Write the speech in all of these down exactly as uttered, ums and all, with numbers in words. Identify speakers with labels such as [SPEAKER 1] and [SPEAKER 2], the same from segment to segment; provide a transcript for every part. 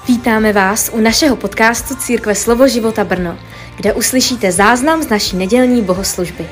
[SPEAKER 1] Vítáme vás u našeho podcastu Církve Slovo života Brno, kde uslyšíte záznam z naší nedělní bohoslužby.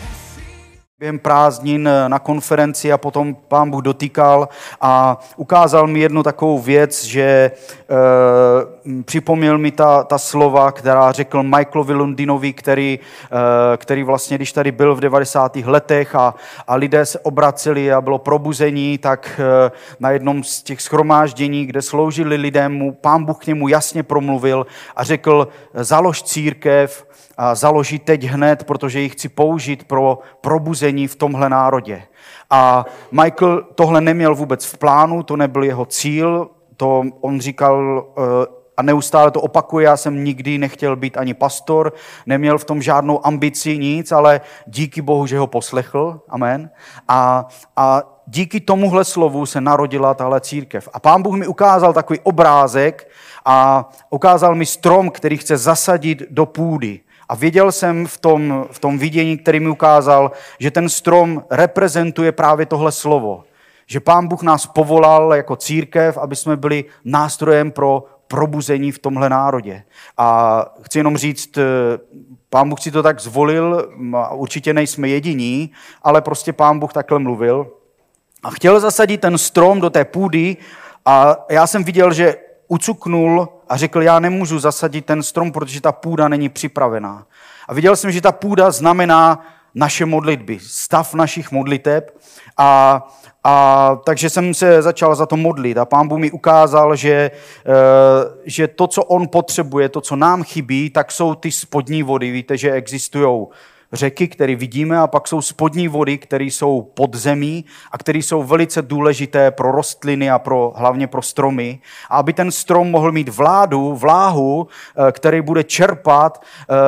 [SPEAKER 2] Během prázdnin na konferenci a potom Pán Bůh dotýkal a ukázal mi jednu takovou věc, že e, připomněl mi ta, ta slova, která řekl Michaelovi Lundinovi, který, e, který vlastně, když tady byl v devadesátých letech a, a lidé se obraceli a bylo probuzení, tak e, na jednom z těch shromáždění, kde sloužili lidem, mu Pán Bůh k němu jasně promluvil a řekl, založ církev, a založit teď hned, protože ji chci použít pro probuzení v tomhle národě. A Michael tohle neměl vůbec v plánu, to nebyl jeho cíl, to on říkal a neustále to opakuje, já jsem nikdy nechtěl být ani pastor, neměl v tom žádnou ambici, nic, ale díky Bohu, že ho poslechl, amen. A, a díky tomuhle slovu se narodila tahle církev. A Pán Bůh mi ukázal takový obrázek a ukázal mi strom, který chce zasadit do půdy. A viděl jsem v tom, v tom vidění, který mi ukázal, že ten strom reprezentuje právě tohle slovo. Že Pán Bůh nás povolal jako církev, aby jsme byli nástrojem pro probuzení v tomhle národě. A chci jenom říct, Pán Bůh si to tak zvolil, určitě nejsme jediní, ale prostě Pán Bůh takhle mluvil. A chtěl zasadit ten strom do té půdy a já jsem viděl, že ucuknul a řekl, já nemůžu zasadit ten strom, protože ta půda není připravená. A viděl jsem, že ta půda znamená naše modlitby, stav našich modliteb. A, a takže jsem se začal za to modlit a Pán Bůh mi ukázal, že, že to, co on potřebuje, to, co nám chybí, tak jsou ty spodní vody. Víte, že existují řeky, které vidíme, a pak jsou spodní vody, které jsou pod zemí a které jsou velice důležité pro rostliny a pro, hlavně pro stromy. A aby ten strom mohl mít vládu, vláhu, který bude čerpat,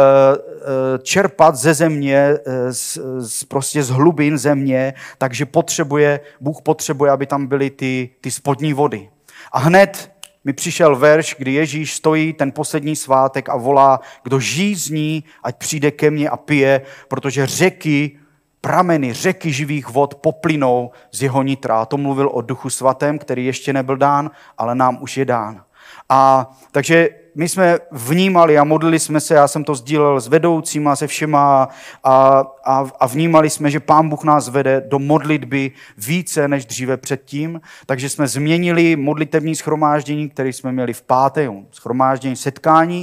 [SPEAKER 2] čerpat ze země, z, z, prostě z hlubin země, takže potřebuje, Bůh potřebuje, aby tam byly ty, ty spodní vody. A hned mi přišel verš, kdy Ježíš stojí ten poslední svátek a volá, kdo žízní, ať přijde ke mně a pije, protože řeky, prameny, řeky živých vod poplynou z jeho nitra. A to mluvil o Duchu svatém, který ještě nebyl dán, ale nám už je dán. A takže my jsme vnímali a modlili jsme se, já jsem to sdílel s vedoucíma, se všema a, a, a vnímali jsme, že Pán Bůh nás vede do modlitby více než dříve předtím, takže jsme změnili modlitební shromáždění, které jsme měli v pátek, shromáždění setkání,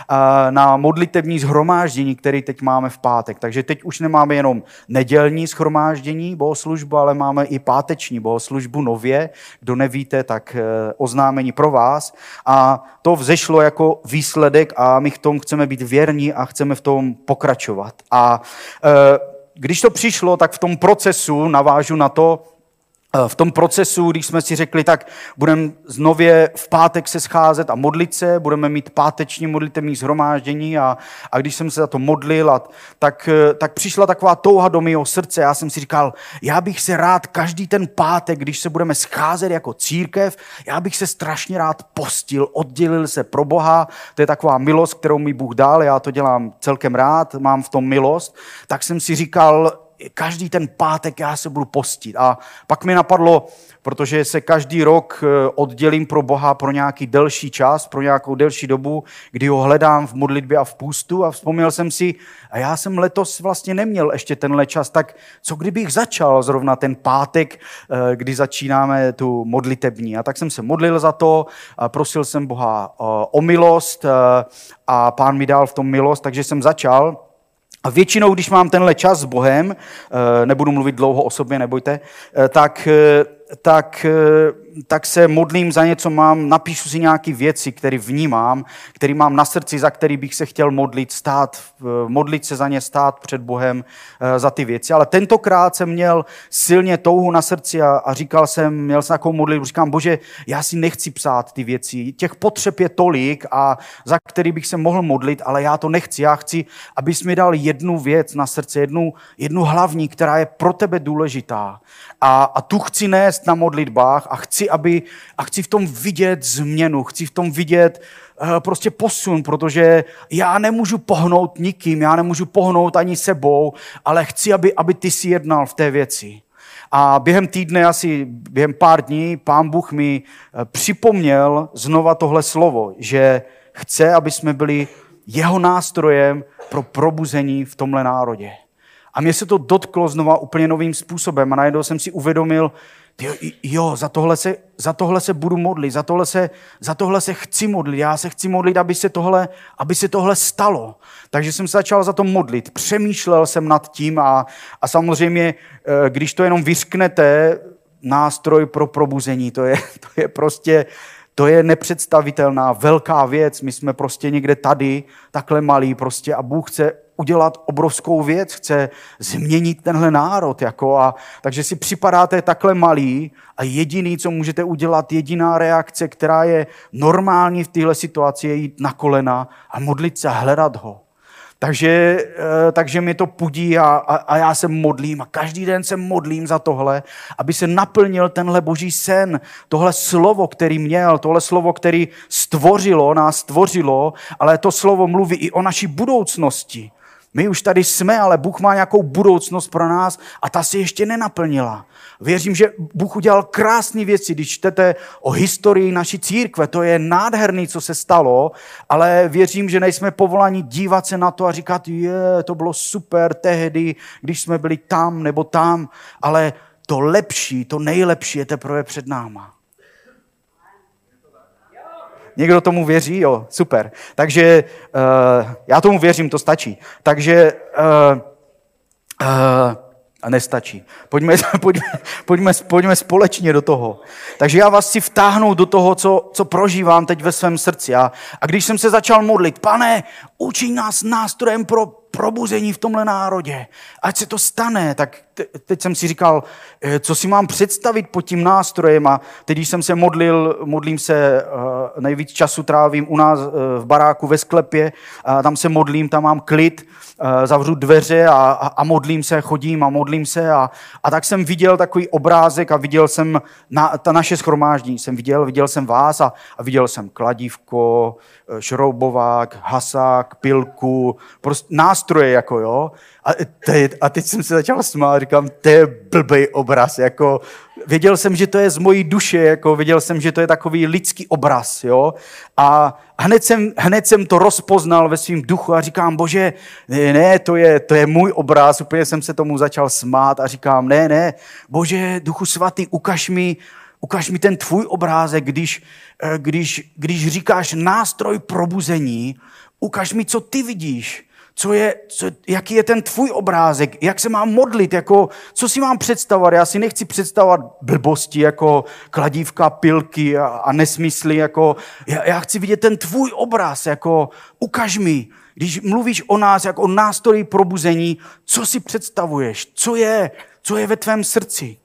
[SPEAKER 2] na modlitební shromáždění, které teď máme v pátek. Takže teď už nemáme jenom nedělní shromáždění, bohoslužbu, ale máme i páteční bohoslužbu nově. Kdo nevíte, tak oznámení pro vás. A to vzešlo jako výsledek a my v tom chceme být věrní a chceme v tom pokračovat. A e, když to přišlo, tak v tom procesu, navážu na to, v tom procesu, když jsme si řekli, tak budeme znově v pátek se scházet a modlit se, budeme mít páteční modlitební shromáždění a, a když jsem se za to modlil, a, tak, tak přišla taková touha do mého srdce. Já jsem si říkal, já bych se rád každý ten pátek, když se budeme scházet jako církev, já bych se strašně rád postil, oddělil se pro Boha. To je taková milost, kterou mi Bůh dal, já to dělám celkem rád, mám v tom milost. Tak jsem si říkal, každý ten pátek já se budu postit. A pak mi napadlo, protože se každý rok oddělím pro Boha pro nějaký delší čas, pro nějakou delší dobu, kdy ho hledám v modlitbě a v půstu, a vzpomněl jsem si, a já jsem letos vlastně neměl ještě tenhle čas, tak co kdybych začal zrovna ten pátek, kdy začínáme tu modlitební. A tak jsem se modlil za to, a prosil jsem Boha o milost a Pán mi dal v tom milost, takže jsem začal. A většinou, když mám tenhle čas s Bohem, nebudu mluvit dlouho o sobě, nebojte, tak, tak, tak se modlím za něco, mám, napíšu si nějaké věci, které vnímám, které mám na srdci, za který bych se chtěl modlit, stát, modlit se za ně, stát před Bohem za ty věci. Ale tentokrát jsem měl silně touhu na srdci a, a říkal jsem, měl jsem takovou modlitbu, říkám, Bože, já si nechci psát ty věci, těch potřeb je tolik, a za který bych se mohl modlit, ale já to nechci, já chci, abys mi dal jednu věc na srdce, jednu, jednu hlavní, která je pro tebe důležitá. A, a tu chci nést na modlitbách a chci, aby, a chci v tom vidět změnu, chci v tom vidět uh, prostě posun, protože já nemůžu pohnout nikým, já nemůžu pohnout ani sebou, ale chci, aby, aby ty si jednal v té věci. A během týdne, asi během pár dní, Pán Bůh mi připomněl znova tohle slovo, že chce, aby jsme byli jeho nástrojem pro probuzení v tomhle národě. A mě se to dotklo znova úplně novým způsobem a najednou jsem si uvědomil, jo, jo za, tohle se, za tohle se budu modlit, za tohle se, za tohle se chci modlit, já se chci modlit, aby se, tohle, aby se tohle stalo. Takže jsem se začal za to modlit, přemýšlel jsem nad tím a, a samozřejmě, když to jenom vyřknete, nástroj pro probuzení, to je, to je prostě... To je nepředstavitelná velká věc. My jsme prostě někde tady, takhle malí prostě a Bůh chce udělat obrovskou věc, chce změnit tenhle národ. Jako a, takže si připadáte takhle malí a jediný, co můžete udělat, jediná reakce, která je normální v téhle situaci, je jít na kolena a modlit se a hledat ho. Takže, takže mě to pudí a, a, a já se modlím a každý den se modlím za tohle, aby se naplnil tenhle boží sen, tohle slovo, který měl, tohle slovo, který stvořilo, nás stvořilo, ale to slovo mluví i o naší budoucnosti. My už tady jsme, ale Bůh má nějakou budoucnost pro nás a ta se ještě nenaplnila. Věřím, že Bůh udělal krásné věci, když čtete o historii naší církve, to je nádherný, co se stalo, ale věřím, že nejsme povoláni dívat se na to a říkat, je, to bylo super tehdy, když jsme byli tam nebo tam, ale to lepší, to nejlepší je teprve před náma. Někdo tomu věří? Jo, super. Takže uh, já tomu věřím, to stačí. Takže uh, uh, a nestačí. Pojďme, pojďme, pojďme, pojďme společně do toho. Takže já vás chci vtáhnout do toho, co, co prožívám teď ve svém srdci. A, a když jsem se začal modlit, Pane, učiň nás nástrojem pro probuzení v tomhle národě. Ať se to stane, tak te, teď jsem si říkal, co si mám představit pod tím nástrojem a teď, když jsem se modlil, modlím se, nejvíc času trávím u nás v baráku ve sklepě, tam se modlím, tam mám klid, zavřu dveře a, a, a modlím se, chodím a modlím se a, a tak jsem viděl takový obrázek a viděl jsem na, ta naše shromáždění, jsem viděl, viděl jsem vás a, a viděl jsem kladívko, šroubovák, hasák, pilku, prostě nástroje, jako jo. A, te, a teď jsem se začal smát a říkám, to je blbej obraz, jako věděl jsem, že to je z mojí duše, jako věděl jsem, že to je takový lidský obraz, jo. A hned jsem, hned jsem to rozpoznal ve svém duchu a říkám, Bože, ne, ne to, je, to je můj obraz, úplně jsem se tomu začal smát a říkám, ne, ne, Bože, Duchu svatý, ukaž mi, ukaž mi ten tvůj obrázek, když, když, když říkáš nástroj probuzení, ukaž mi, co ty vidíš. Co je, co, jaký je ten tvůj obrázek, jak se mám modlit, jako, co si mám představovat. Já si nechci představovat blbosti, jako kladívka, pilky a, a nesmysly. Jako, já, já chci vidět ten tvůj obraz, jako, ukaž mi, když mluvíš o nás, jako o nástroji probuzení, co si představuješ, co je, co je ve tvém srdci.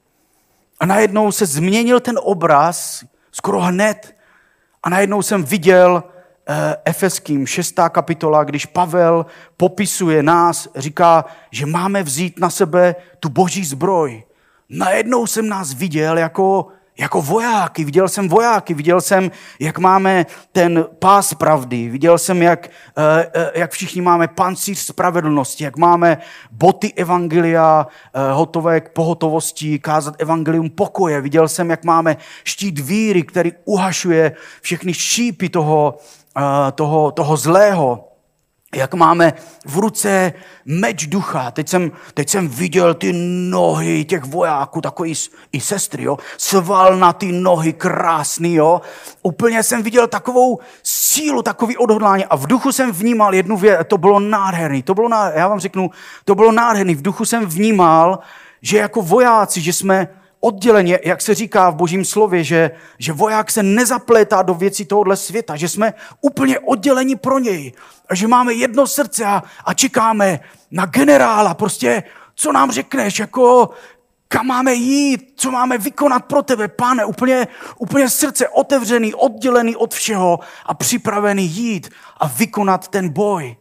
[SPEAKER 2] A najednou se změnil ten obraz, skoro hned, a najednou jsem viděl Efeským, šestá kapitola, když Pavel popisuje nás, říká, že máme vzít na sebe tu boží zbroj. Najednou jsem nás viděl jako, jako vojáky, viděl jsem vojáky, viděl jsem, jak máme ten pás pravdy, viděl jsem, jak, jak všichni máme pancíř spravedlnosti, jak máme boty evangelia hotové k pohotovosti, kázat evangelium pokoje, viděl jsem, jak máme štít víry, který uhašuje všechny šípy toho, Toho, toho zlého, jak máme v ruce meč ducha. Teď jsem, teď jsem viděl ty nohy těch vojáků, takový i sestry, jo, sval na ty nohy krásný, jo. Úplně jsem viděl takovou sílu, takový odhodlání a v duchu jsem vnímal jednu věc, to bylo nádherný, to bylo nádherný, já vám řeknu, to bylo nádherný, v duchu jsem vnímal, že jako vojáci, že jsme odděleně, jak se říká v Božím slově, že, že voják se nezaplétá do věcí tohohle světa, že jsme úplně odděleni pro něj, a že máme jedno srdce a, a čekáme na generála, prostě, co nám řekneš, jako, kam máme jít, co máme vykonat pro tebe, Pane, úplně, úplně srdce otevřený, oddělený od všeho a připravený jít a vykonat ten boj.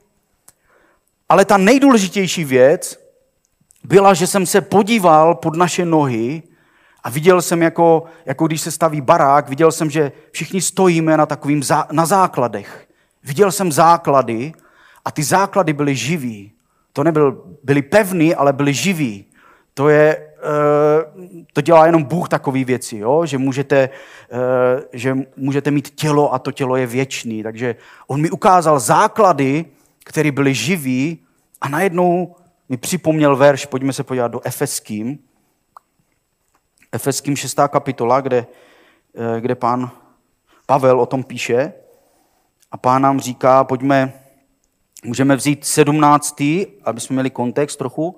[SPEAKER 2] Ale ta nejdůležitější věc byla, že jsem se podíval pod naše nohy a viděl jsem, jako, jako když se staví barák, viděl jsem, že všichni stojíme na takovým zá, na základech. Viděl jsem základy a ty základy byly živý. To nebyl, byly pevný, ale byly živý. To je, to dělá jenom Bůh takové věci, jo? Že, můžete, že můžete mít tělo a to tělo je věčný. Takže on mi ukázal základy, které byly živý a najednou mi připomněl verš, pojďme se podívat do Efeským. Efeským šestá kapitola, kde, kde pán Pavel o tom píše a pán nám říká, pojďme, můžeme vzít sedmnáctý, aby jsme měli kontext trochu,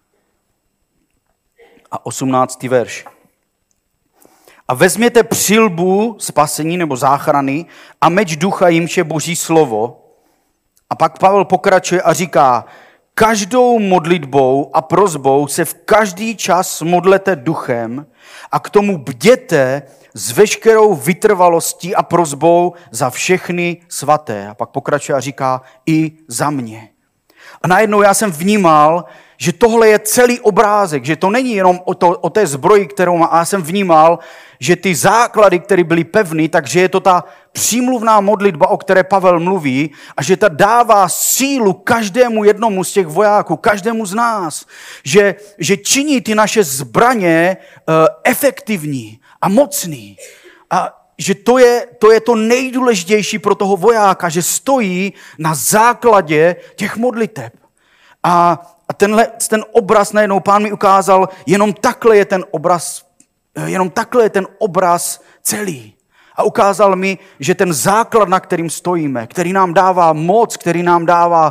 [SPEAKER 2] a osmnáctý verš. A vezměte přilbu spasení nebo záchrany a meč ducha, jimž je Boží slovo. A pak Pavel pokračuje a říká, každou modlitbou a prosbou se v každý čas modlete duchem a k tomu bděte s veškerou vytrvalostí a prosbou za všechny svaté. A pak pokračuje a říká i za mě. A najednou já jsem vnímal, že tohle je celý obrázek, že to není jenom o, to, o té zbroji, kterou má. A já jsem vnímal, že ty základy, které byly pevný, takže je to ta přímluvná modlitba, o které Pavel mluví, a že ta dává sílu každému jednomu z těch vojáků, každému z nás, že, že činí ty naše zbraně uh, efektivní a mocný. A že to je, to je to nejdůležitější pro toho vojáka, že stojí na základě těch modliteb. A, a tenhle, ten obraz najednou pán mi ukázal, jenom takhle je ten obraz, jenom takhle je ten obraz celý. A ukázal mi, že ten základ, na kterým stojíme, který nám dává moc, který nám dává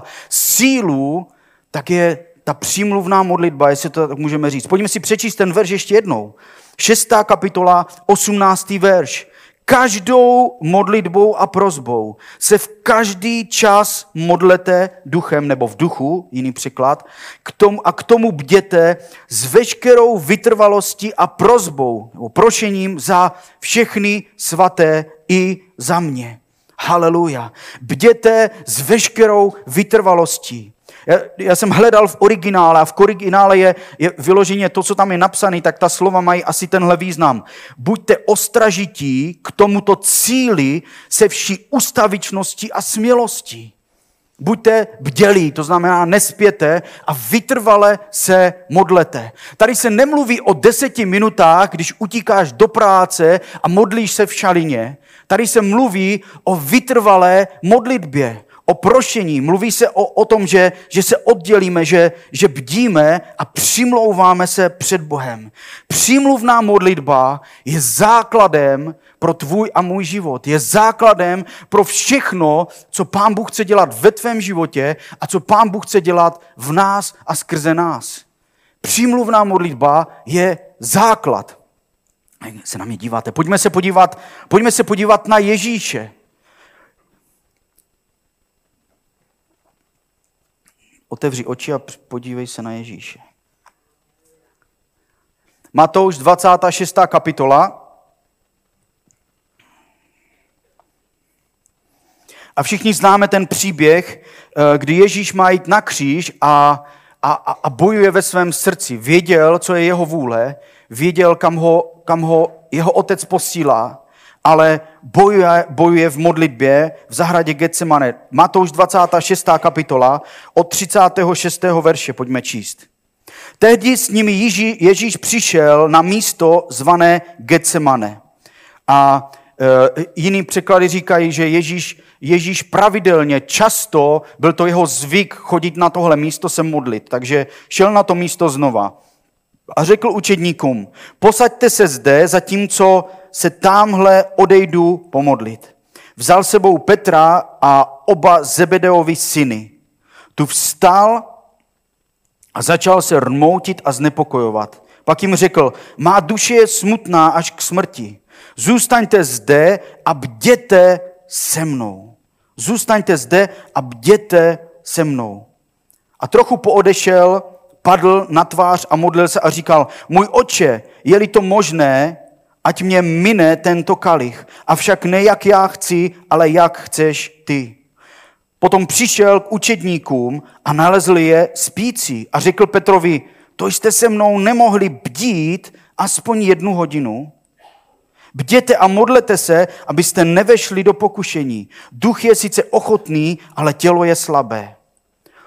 [SPEAKER 2] sílu, tak je ta přímluvná modlitba, jestli to tak můžeme říct. Pojďme si přečíst ten verš ještě jednou. Šestá kapitola, osmnáctý verš. Každou modlitbou a prosbou se v každý čas modlete duchem nebo v duchu, jiný překlad, k tomu, a k tomu bděte s veškerou vytrvalostí a prosbou, nebo prošením za všechny svaté i za mě. Haleluja. Bděte s veškerou vytrvalostí. Já, já jsem hledal v originále a v originále je, je vyloženě to, co tam je napsané, tak ta slova mají asi tenhle význam. Buďte ostražití k tomuto cíli se vší ustavičností a smělostí. Buďte bdělí, to znamená nespěte a vytrvale se modlete. Tady se nemluví o deseti minutách, když utíkáš do práce a modlíš se v šalině. Tady se mluví o vytrvalé modlitbě. O prošení, mluví se o, o tom, že, že se oddělíme, že, že bdíme a přimlouváme se před Bohem. Přímluvná modlitba je základem pro tvůj a můj život. Je základem pro všechno, co Pán Bůh chce dělat ve tvém životě a co Pán Bůh chce dělat v nás a skrze nás. Přímluvná modlitba je základ. Jak se na mě díváte? Pojďme se podívat, pojďme se podívat na Ježíše. Otevři oči a podívej se na Ježíše. Matouš dvacátá šestá kapitola. A všichni známe ten příběh, kdy Ježíš má jít na kříž a, a, a bojuje ve svém srdci. Věděl, co je jeho vůle, věděl, kam ho, kam ho jeho otec posílá, ale bojuje, bojuje v modlitbě v zahradě Getsemane. Matouš dvacátá šestá kapitola od třicátého šestého verše, pojďme číst. Tehdy s nimi Ježí, Ježíš přišel na místo zvané Getsemane. A e, jiný překlady říkají, že Ježíš, Ježíš pravidelně, často, byl to jeho zvyk chodit na tohle místo se modlit. Takže šel na to místo znova. A řekl učedníkům, posaďte se zde, zatímco se támhle odejdu pomodlit. Vzal sebou Petra a oba Zebedeovi syny. Tu vstal a začal se rmoutit a znepokojovat. Pak jim řekl, má duše je smutná až k smrti. Zůstaňte zde a bděte se mnou. Zůstaňte zde a bděte se mnou. A trochu poodešel, padl na tvář a modlil se a říkal, můj otče, je-li to možné, ať mě mine tento kalich, avšak ne jak já chci, ale jak chceš ty. Potom přišel k učedníkům a nalezl je spící a řekl Petrovi, to jste se mnou nemohli bdít aspoň jednu hodinu. Bděte a modlete se, abyste nevešli do pokušení. Duch je sice ochotný, ale tělo je slabé.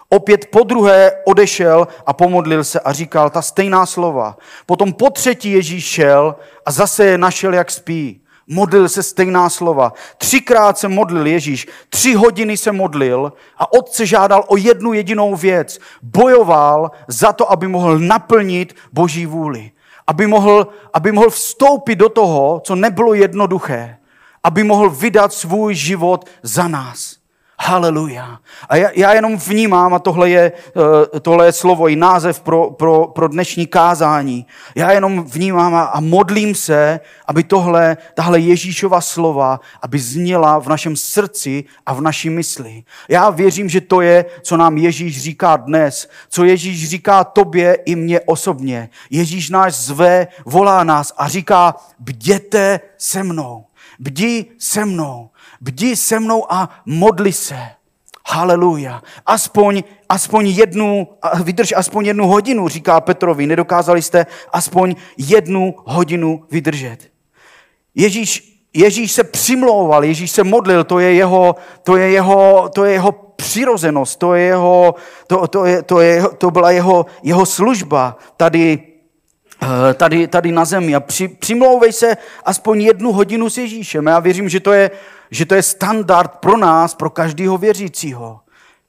[SPEAKER 2] Opět podruhé odešel a pomodlil se a říkal ta stejná slova. Potom po třetí Ježíš šel a zase je našel, jak spí. Modlil se stejná slova. Třikrát se modlil Ježíš, tři hodiny se modlil a Otce žádal o jednu jedinou věc. Bojoval za to, aby mohl naplnit Boží vůli. Aby mohl, aby mohl vstoupit do toho, co nebylo jednoduché. Aby mohl vydat svůj život za nás. Haleluja. A já, já jenom vnímám, a tohle je, tohle je slovo i název pro, pro, pro dnešní kázání, já jenom vnímám a, a modlím se, aby tohle, tahle Ježíšova slova, aby zněla v našem srdci a v naší mysli. Já věřím, že to je, co nám Ježíš říká dnes, co Ježíš říká tobě i mně osobně. Ježíš nás zve, volá nás a říká, bděte se mnou, bdi se mnou. Bdi se mnou a modli se. Haleluja. Aspoň, aspoň jednu, vydrž aspoň jednu hodinu, říká Petrovi. Nedokázali jste aspoň jednu hodinu vydržet. Ježíš, Ježíš se přimlouval, Ježíš se modlil, to je jeho, to je jeho, to je jeho přirozenost, to je jeho, to, to, je, to, je, to byla jeho, jeho služba tady, tady, tady na zemi. A při, přimlouvej se aspoň jednu hodinu s Ježíšem. Já věřím, že to je že to je standard pro nás, pro každého věřícího.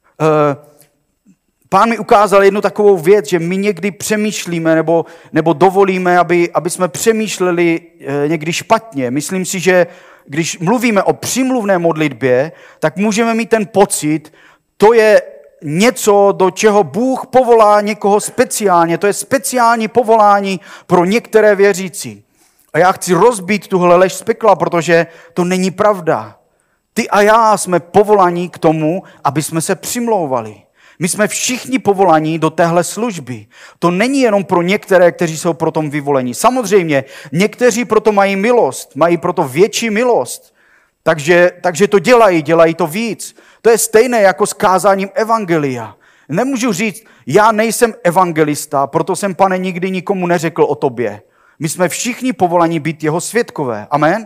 [SPEAKER 2] Pán mi ukázal jednu takovou věc, že my někdy přemýšlíme nebo, nebo dovolíme, aby, aby jsme přemýšleli někdy špatně. Myslím si, že když mluvíme o přimluvné modlitbě, tak můžeme mít ten pocit, to je něco, do čeho Bůh povolá někoho speciálně. To je speciální povolání pro některé věřící. A já chci rozbít tuhle lež z pekla, protože to není pravda. Ty a já jsme povolaní k tomu, aby jsme se přimlouvali. My jsme všichni povolaní do téhle služby. To není jenom pro některé, kteří jsou pro tom vyvolení. Samozřejmě, někteří proto mají milost, mají proto větší milost. Takže, takže to dělají, dělají to víc. To je stejné jako s kázáním evangelia. Nemůžu říct, já nejsem evangelista, proto jsem, Pane, nikdy nikomu neřekl o tobě. My jsme všichni povolaní být jeho svědkové. Amen?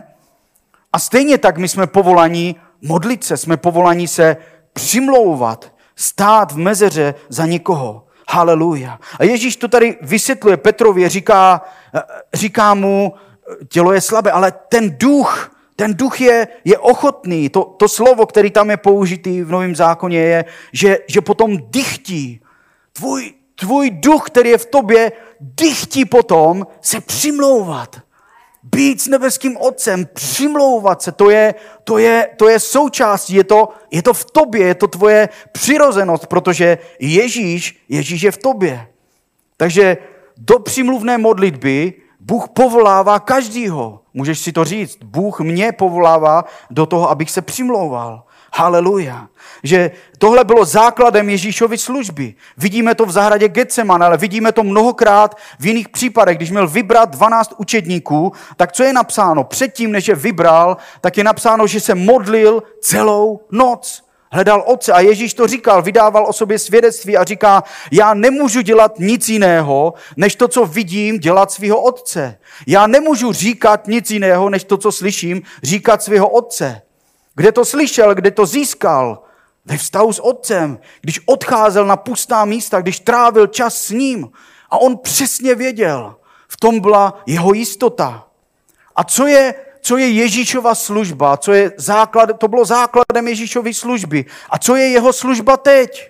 [SPEAKER 2] A stejně tak my jsme povolaní modlit se, jsme povolaní se přimlouvat, stát v mezeře za někoho. Haleluja. A Ježíš to tady vysvětluje Petrovi, říká, říká mu, tělo je slabé, ale ten duch, ten duch je, je ochotný. To, to slovo, který tam je použitý v Novém zákoně, je, že, že potom dychtí. Tvůj, tvůj duch, který je v tobě, dychtí potom se přimlouvat. Být s nebeským Otcem, přimlouvat se, to je, to je, to je součástí, je to, je to v tobě, je to tvoje přirozenost, protože Ježíš, Ježíš je v tobě. Takže do přimluvné modlitby Bůh povolává každýho. Můžeš si to říct, Bůh mě povolává do toho, abych se přimlouval. Haleluja. Že tohle bylo základem Ježíšovy služby. Vidíme to v zahradě Getseman, ale vidíme to mnohokrát v jiných případech. Když měl vybrat dvanáct učedníků, tak co je napsáno? Předtím, než je vybral, tak je napsáno, že se modlil celou noc. Hledal Otce a Ježíš to říkal, vydával o sobě svědectví a říká, já nemůžu dělat nic jiného, než to, co vidím, dělat svého Otce. Já nemůžu říkat nic jiného, než to, co slyším, říkat svého Otce. Kde to slyšel, kde to získal? Ve vztahu s Otcem, když odcházel na pustá místa, když trávil čas s ním. A on přesně věděl, v tom byla jeho jistota. A co je, co je Ježíšova služba? Co je základ, to bylo základem Ježíšovy služby. A co je jeho služba teď?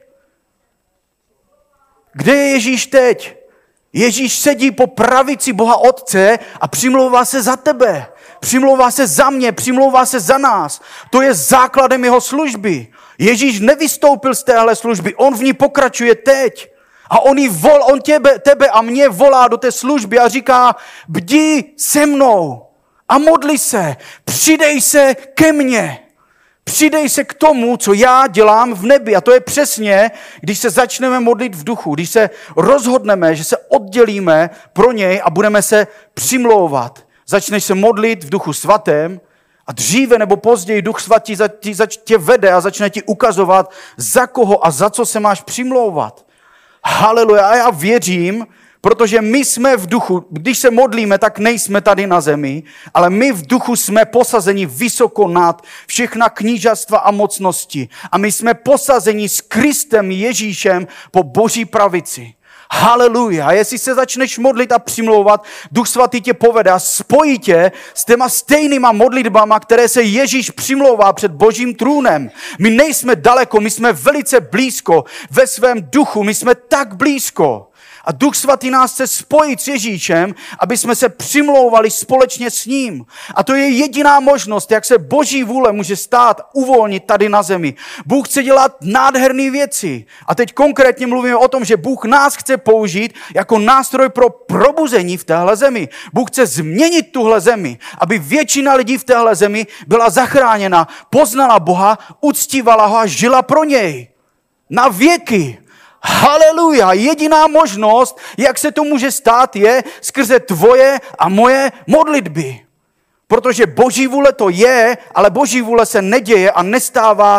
[SPEAKER 2] Kde je Ježíš teď? Ježíš sedí po pravici Boha Otce a přimlouvá se za tebe. Přimlouvá se za mě, přimlouvá se za nás. To je základem jeho služby. Ježíš nevystoupil z téhle služby, on v ní pokračuje teď. A on, jí vol, on tebe, tebe a mě volá do té služby a říká, bdi se mnou a modli se, přidej se ke mně. Přidej se k tomu, co já dělám v nebi. A to je přesně, když se začneme modlit v duchu, když se rozhodneme, že se oddělíme pro něj a budeme se přimlouvat. Začneš se modlit v duchu svatém a dříve nebo později duch svatý tě vede a začne ti ukazovat, za koho a za co se máš přimlouvat. Haleluja. A já věřím, Protože my jsme v duchu, když se modlíme, tak nejsme tady na zemi, ale my v duchu jsme posazeni vysoko nad všechna knížatstva a mocnosti. A my jsme posazeni s Kristem Ježíšem po Boží pravici. Haleluja. A jestli se začneš modlit a přimlouvat, Duch Svatý tě povede a spojí tě s těma stejnýma modlitbama, které se Ježíš přimlouvá před Božím trůnem. My nejsme daleko, my jsme velice blízko ve svém duchu, my jsme tak blízko. A Duch Svatý nás chce spojit s Ježíšem, aby jsme se přimlouvali společně s ním. A to je jediná možnost, jak se Boží vůle může stát, uvolnit tady na zemi. Bůh chce dělat nádherné věci. A teď konkrétně mluvíme o tom, že Bůh nás chce použít jako nástroj pro probuzení v téhle zemi. Bůh chce změnit tuhle zemi, aby většina lidí v téhle zemi byla zachráněna, poznala Boha, uctívala ho a žila pro něj. Na věky. Haleluja, jediná možnost, jak se to může stát, je skrze tvoje a moje modlitby. Protože Boží vůle to je, ale Boží vůle se neděje a nestává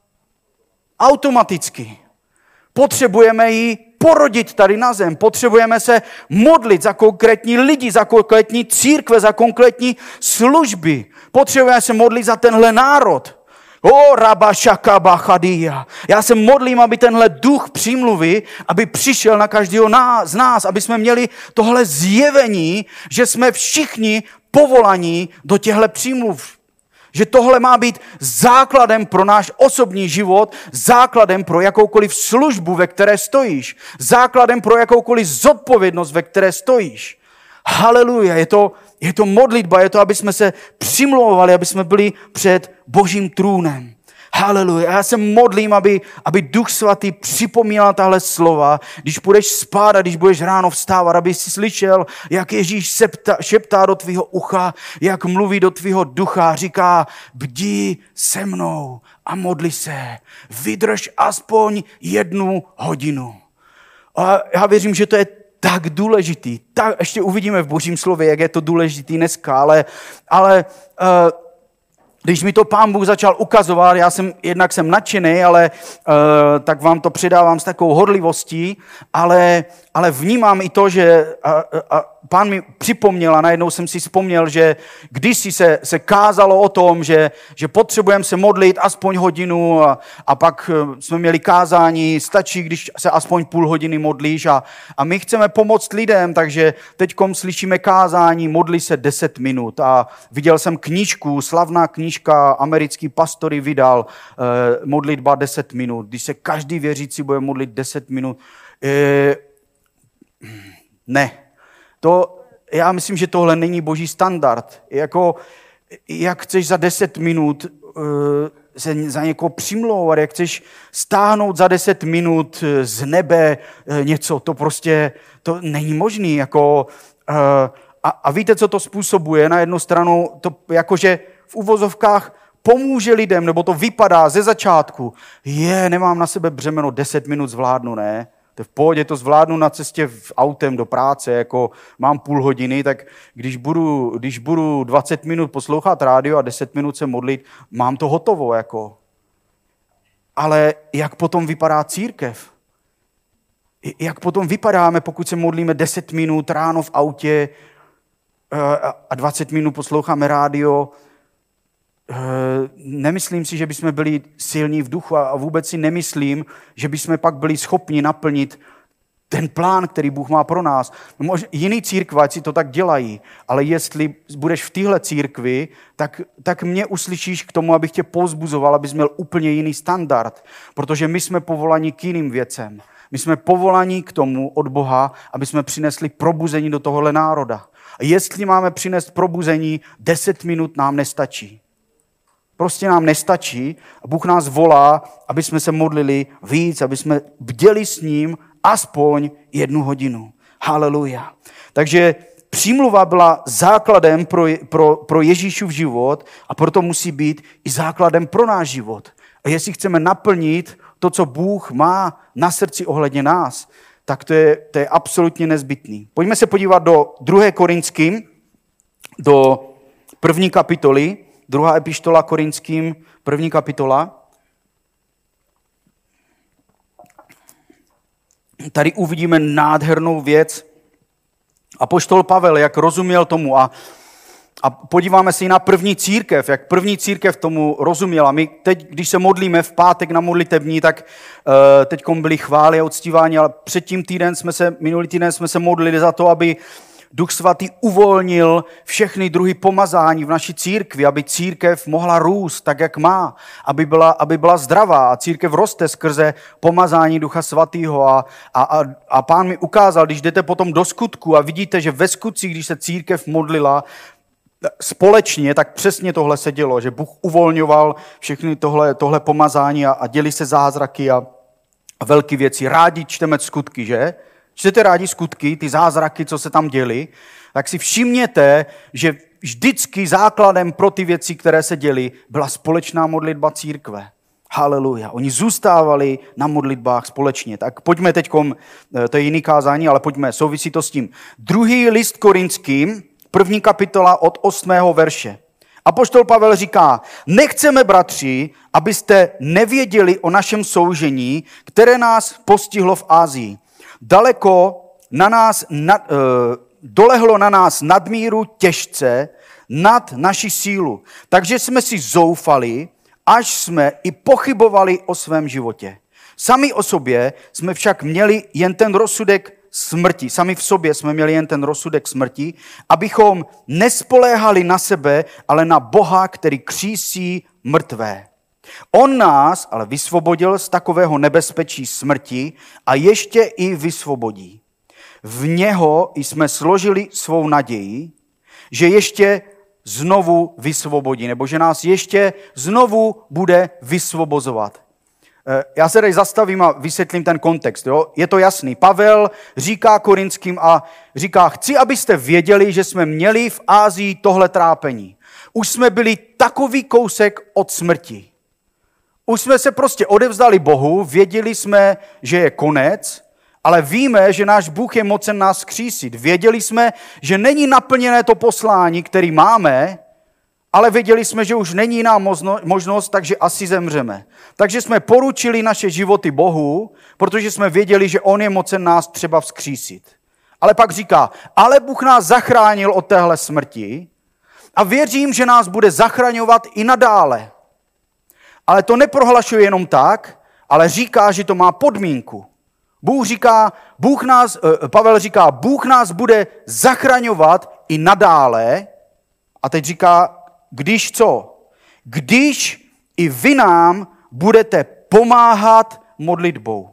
[SPEAKER 2] automaticky. Potřebujeme ji porodit tady na zem. Potřebujeme se modlit za konkrétní lidi, za konkrétní církve, za konkrétní služby. Potřebujeme se modlit za tenhle národ. O, rabašaka chadia. Já se modlím, aby tenhle duch přímluvy, aby přišel na každého z nás, aby jsme měli tohle zjevení, že jsme všichni povolaní do těchto přímluv. Že tohle má být základem pro náš osobní život, základem pro jakoukoliv službu, ve které stojíš, základem pro jakoukoliv zodpovědnost, ve které stojíš. Haleluja, je to, je to modlitba, je to, aby jsme se přimlouvali, aby jsme byli před Božím trůnem. Haleluja, já se modlím, aby, aby Duch Svatý připomínal tahle slova, když budeš spát a když budeš ráno vstávat, aby si slyšel, jak Ježíš šeptá, šeptá do tvýho ucha, jak mluví do tvýho ducha, říká, bdi se mnou a modli se, vydrž aspoň jednu hodinu. A já věřím, že to je tak důležitý. Tak, ještě uvidíme v Božím slově, jak je to důležitý dneska, ale, ale uh, když mi to Pán Bůh začal ukazovat, já jsem, jednak jsem nadšený, ale uh, tak vám to předávám s takovou horlivostí, ale, ale vnímám i to, že a, a Pán mi připomněl a najednou jsem si vzpomněl, že kdysi se, se kázalo o tom, že, že potřebujeme se modlit aspoň hodinu a, a pak jsme měli kázání, stačí, když se aspoň půl hodiny modlíš a, a my chceme pomoct lidem, takže teďkom slyšíme kázání, modli se deset minut a viděl jsem knížku, slavná knížka, americký pastor ji vydal, eh, modlitba deset minut, když se každý věřící bude modlit deset minut. Eh, ne. To, já myslím, že tohle není Boží standard. Jako, jak chceš za deset minut uh, se za někoho přimlouvat, jak chceš stáhnout za deset minut z nebe uh, něco, to prostě to není možný. Jako, uh, a, a víte, co to způsobuje? Na jednu stranu, to jakože v uvozovkách pomůže lidem, nebo to vypadá ze začátku. Je, nemám na sebe břemeno, deset minut zvládnu, ne? To v pohodě, to zvládnu na cestě v autem do práce, jako mám půl hodiny, tak když budu, když budu dvacet minut poslouchat rádio a deset minut se modlit, mám to hotovo, jako. Ale jak potom vypadá církev? Jak potom vypadáme, pokud se modlíme deset minut ráno v autě a dvacet minut posloucháme rádio? Nemyslím si, že bychom byli silní v duchu a vůbec si nemyslím, že bychom pak byli schopni naplnit ten plán, který Bůh má pro nás. Jiný církve si to tak dělají, ale jestli budeš v téhle církvi, tak, tak mě uslyšíš k tomu, abych tě povzbuzoval, abys měl úplně jiný standard, protože my jsme povolaní k jiným věcem. My jsme povolaní k tomu od Boha, aby jsme přinesli probuzení do tohohle národa. A jestli máme přinést probuzení, deset minut nám nestačí. Prostě nám nestačí a Bůh nás volá, aby jsme se modlili víc, aby jsme bděli s ním aspoň jednu hodinu. Haleluja. Takže přímluva byla základem pro, pro, pro Ježíšův život a proto musí být i základem pro náš život. A jestli chceme naplnit to, co Bůh má na srdci ohledně nás, tak to je, to je absolutně nezbytný. Pojďme se podívat do druhé Korinským, do první kapitoly, druhá epištola Korinským, první kapitola. Tady uvidíme nádhernou věc, Apoštol Pavel, jak rozuměl tomu a, a podíváme se i na první církev, jak první církev tomu rozuměla. My teď, když se modlíme v pátek na modlitební, tak uh, teďkom byly chvály a uctívání, ale předtím týden jsme se, minulý týden jsme se modlili za to, aby Duch Svatý uvolnil všechny druhy pomazání v naší církvi, aby církev mohla růst tak, jak má, aby byla, aby byla zdravá a církev roste skrze pomazání Ducha Svatého. A, a, a Pán mi ukázal, když jdete potom do skutku a vidíte, že ve skutcích, když se církev modlila společně, tak přesně tohle se dělo, že Bůh uvolňoval všechny tohle, tohle pomazání a, a děli se zázraky a, a velké věci. Rádi čteme skutky, že? Čtete rádi skutky, ty zázraky, co se tam děly, tak si všimněte, že vždycky základem pro ty věci, které se děly, byla společná modlitba církve. Haleluja. Oni zůstávali na modlitbách společně. Tak pojďme teďkom, to je jiný kázání, ale pojďme, souvisí to s tím. Druhý list Korinským, první kapitola od osmého verše. Apoštol Pavel říká, nechceme, bratři, abyste nevěděli o našem soužení, které nás postihlo v Asii. Daleko na nás, nad, e, dolehlo na nás nadmíru těžce nad naši sílu. Takže jsme si zoufali, až jsme i pochybovali o svém životě. Sami o sobě jsme však měli jen ten rozsudek smrti. Sami v sobě jsme měli jen ten rozsudek smrti, abychom nespoléhali na sebe, ale na Boha, který křísí mrtvé. On nás ale vysvobodil z takového nebezpečí smrti a ještě i vysvobodí. V něho jsme složili svou naději, že ještě znovu vysvobodí, nebo že nás ještě znovu bude vysvobozovat. Já se tady zastavím a vysvětlím ten kontext. Jo? Je to jasný. Pavel říká Korinským a říká, chci, abyste věděli, že jsme měli v Asii tohle trápení. Už jsme byli takový kousek od smrti. Už jsme se prostě odevzdali Bohu, věděli jsme, že je konec, ale víme, že náš Bůh je mocen nás vzkřísit. Věděli jsme, že není naplněné to poslání, který máme, ale věděli jsme, že už není jiná možnost, takže asi zemřeme. Takže jsme poručili naše životy Bohu, protože jsme věděli, že on je mocen nás třeba vzkřísit. Ale pak říká, ale Bůh nás zachránil od téhle smrti a věřím, že nás bude zachraňovat i nadále. Ale to neprohlašuje jenom tak, ale říká, že to má podmínku. Bůh říká, Bůh nás, Pavel říká, Bůh nás bude zachraňovat i nadále. A teď říká, když co? Když i vy nám budete pomáhat modlitbou.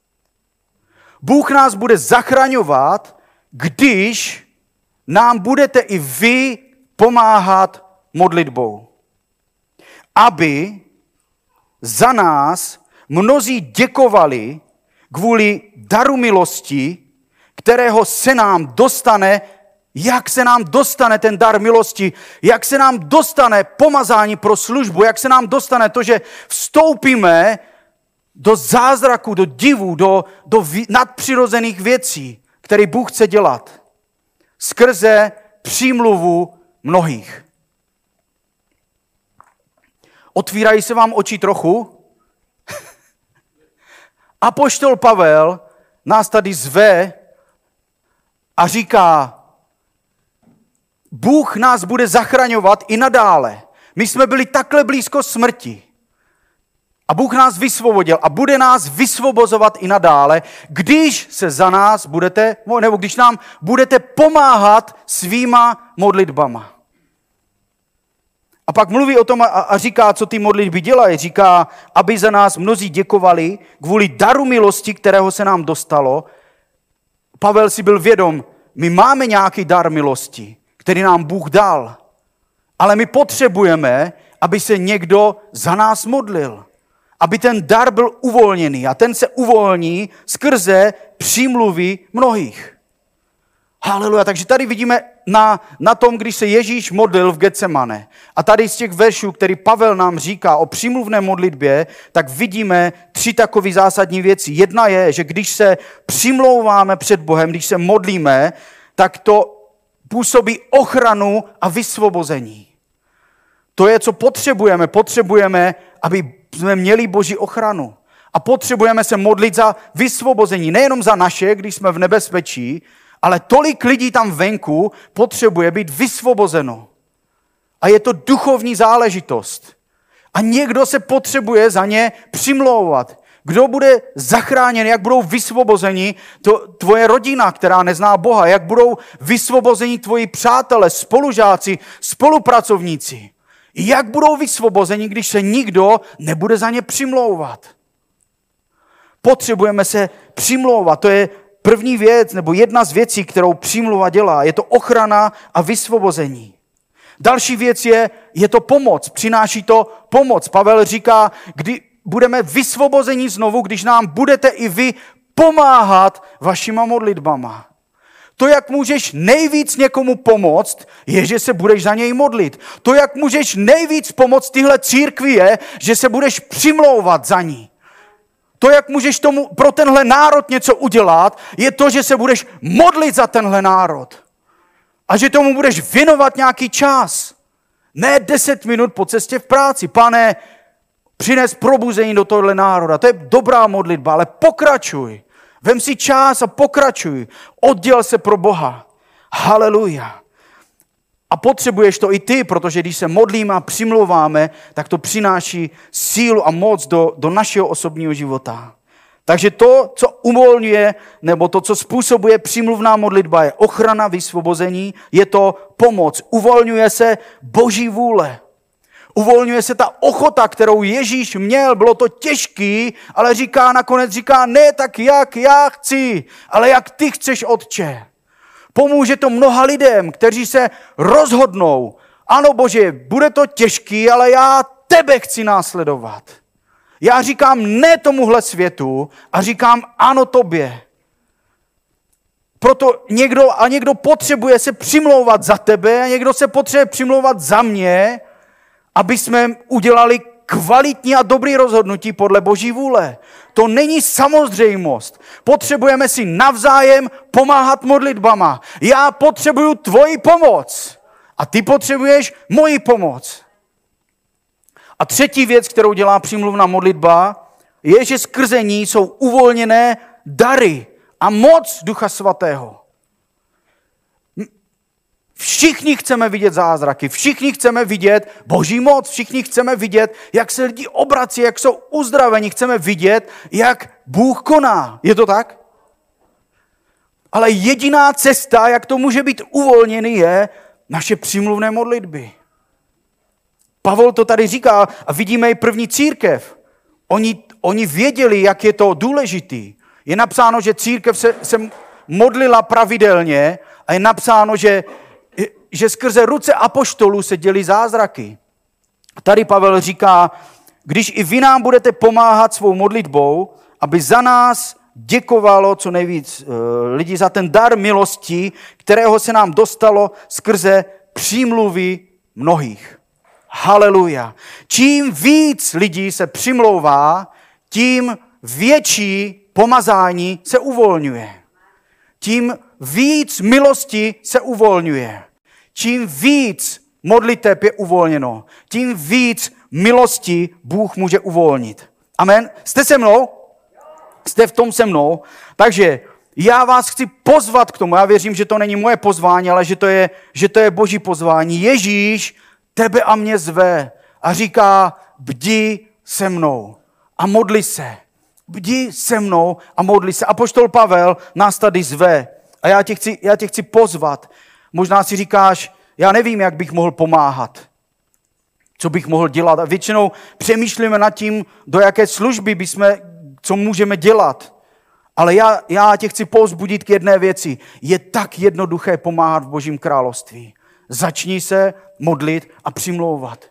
[SPEAKER 2] Bůh nás bude zachraňovat, když nám budete i vy pomáhat modlitbou. Aby za nás mnozí děkovali kvůli daru milosti, kterého se nám dostane, jak se nám dostane ten dar milosti, jak se nám dostane pomazání pro službu, jak se nám dostane to, že vstoupíme do zázraku, do divu, do, do nadpřirozených věcí, které Bůh chce dělat. Skrze přímluvu mnohých. Otvírají se vám oči trochu? Apoštol Pavel nás tady zve a říká, Bůh nás bude zachraňovat i nadále. My jsme byli takhle blízko smrti. A Bůh nás vysvobodil a bude nás vysvobozovat i nadále, když se za nás budete, nebo když nám budete pomáhat svýma modlitbama. A pak mluví o tom a, a říká, co ty modlitby dělají. Říká, aby za nás mnozí děkovali kvůli daru milosti, kterého se nám dostalo. Pavel si byl vědom, my máme nějaký dar milosti, který nám Bůh dal. Ale my potřebujeme, aby se někdo za nás modlil. Aby ten dar byl uvolněný. A ten se uvolní skrze přímluvy mnohých. Haleluja. Takže tady vidíme na, na tom, když se Ježíš modlil v Getsemane. A tady z těch veršů, který Pavel nám říká o přímluvné modlitbě, tak vidíme tři takové zásadní věci. Jedna je, že když se přimlouváme před Bohem, když se modlíme, tak to působí ochranu a vysvobození. To je, co potřebujeme. Potřebujeme, aby jsme měli Boží ochranu. A potřebujeme se modlit za vysvobození. Nejenom za naše, když jsme v nebezpečí, Ale tolik lidí tam venku potřebuje být vysvobozeno. A je to duchovní záležitost. A někdo se potřebuje za ně přimlouvat. Kdo bude zachráněn, jak budou vysvobozeni to, tvoje rodina, která nezná Boha, jak budou vysvobozeni tvoji přátelé, spolužáci, spolupracovníci. Jak budou vysvobozeni, když se nikdo nebude za ně přimlouvat. Potřebujeme se přimlouvat. To je první věc, nebo jedna z věcí, kterou přímluva dělá. Je to ochrana a vysvobození. Další věc je, je to pomoc. Přináší to pomoc. Pavel říká, kdy budeme vysvobozeni znovu, když nám budete i vy pomáhat vašima modlitbama. To, jak můžeš nejvíc někomu pomoct, je, že se budeš za něj modlit. To, jak můžeš nejvíc pomoct tyhle církvi, je, že se budeš přimlouvat za ní. To, jak můžeš tomu pro tenhle národ něco udělat, je to, že se budeš modlit za tenhle národ. A že tomu budeš věnovat nějaký čas. Ne deset minut po cestě v práci. Pane, přines probuzení do tohle národa. To je dobrá modlitba, ale pokračuj. Vem si čas a pokračuj. Odděl se pro Boha. Haleluja. A potřebuješ to i ty, protože když se modlíme a přimlouváme, tak to přináší sílu a moc do, do našeho osobního života. Takže to, co uvolňuje, nebo to, co způsobuje přímluvná modlitba, je ochrana, vysvobození, je to pomoc. Uvolňuje se Boží vůle. Uvolňuje se ta ochota, kterou Ježíš měl. Bylo to těžký, ale říká nakonec, říká, ne tak jak já chci, ale jak ty chceš, Otče. Pomůže to mnoha lidem, kteří se rozhodnou. Ano, Bože, bude to těžký, ale já tebe chci následovat. Já říkám ne tomuhle světu a říkám ano tobě. Proto někdo a někdo potřebuje se přimlouvat za tebe a někdo se potřebuje přimlouvat za mě, aby jsme udělali kvalitní a dobrý rozhodnutí podle Boží vůle. To není samozřejmost. Potřebujeme si navzájem pomáhat modlitbama. Já potřebuju tvoji pomoc a ty potřebuješ moji pomoc. A třetí věc, kterou dělá přímluvná modlitba, je, že skrze ní jsou uvolněné dary a moc Ducha Svatého. Všichni chceme vidět zázraky, všichni chceme vidět Boží moc, všichni chceme vidět, jak se lidi obrací, jak jsou uzdraveni, chceme vidět, jak Bůh koná. Je to tak? Ale jediná cesta, jak to může být uvolněný, je naše přímluvné modlitby. Pavel to tady říká a vidíme i první církev. Oni, oni věděli, jak je to důležitý. Je napsáno, že církev se, se modlila pravidelně a je napsáno, že, že skrze ruce apoštolů se dělí zázraky. Tady Pavel říká, když i vy nám budete pomáhat svou modlitbou, aby za nás děkovalo co nejvíc lidí za ten dar milosti, kterého se nám dostalo skrze přímluvy mnohých. Haleluja. Čím víc lidí se přimlouvá, tím větší pomazání se uvolňuje. Tím víc milosti se uvolňuje. Čím víc modliteb je uvolněno, tím víc milosti Bůh může uvolnit. Amen. Jste se mnou? Jste v tom se mnou? Takže já vás chci pozvat k tomu. Já věřím, že to není moje pozvání, ale že to je, že to je Boží pozvání. Ježíš tebe a mě zve a říká, bdi se mnou a modli se. Bdi se mnou a modli se. Apoštol Pavel nás tady zve a já tě chci, já tě chci pozvat. Možná si říkáš, já nevím, jak bych mohl pomáhat. Co bych mohl dělat. A většinou přemýšlíme nad tím, do jaké služby bychom, co můžeme dělat. Ale já, já tě chci povzbudit k jedné věci. Je tak jednoduché pomáhat v Božím království. Začni se modlit a přimlouvat.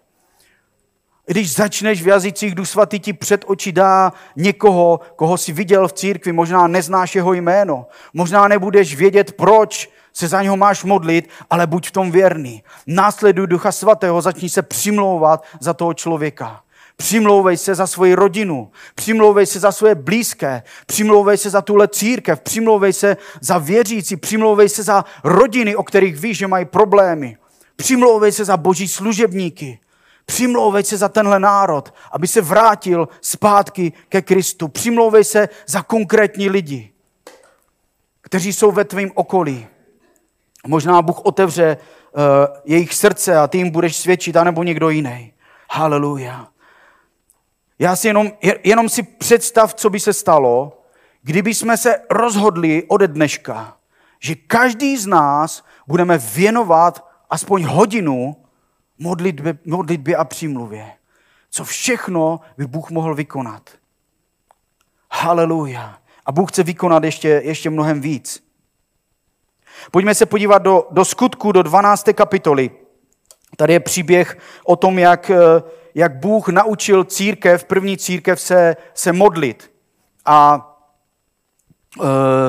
[SPEAKER 2] Když začneš v jazycích, Duch Svatý ti před oči dá někoho, koho jsi viděl v církvi, možná neznáš jeho jméno, možná nebudeš vědět, proč se za něho máš modlit, ale buď v tom věrný. Následuj Ducha Svatého, začni se přimlouvat za toho člověka. Přimlouvej se za svoji rodinu, přimlouvej se za svoje blízké, přimlouvej se za tuhle církev, přimlouvej se za věřící, přimlouvej se za rodiny, o kterých víš, že mají problémy. Přimlouvej se za Boží služebníky. Přimlouvej se za tenhle národ, aby se vrátil zpátky ke Kristu. Přimlouvej se za konkrétní lidi. kteří jsou ve tvém okolí. Možná Bůh otevře uh, jejich srdce a ty jim budeš svědčit, anebo někdo jiný. Haleluja. Já si jenom, jenom si představ, co by se stalo, kdyby jsme se rozhodli ode dneška, že každý z nás budeme věnovat aspoň hodinu modlitbě, modlitbě a přímluvě. Co všechno by Bůh mohl vykonat. Haleluja. A Bůh chce vykonat ještě, ještě mnohem víc. Pojďme se podívat do, do Skutku, do dvanácté kapitoly. Tady je příběh o tom, jak, jak Bůh naučil církev, první církev se, se modlit. A uh,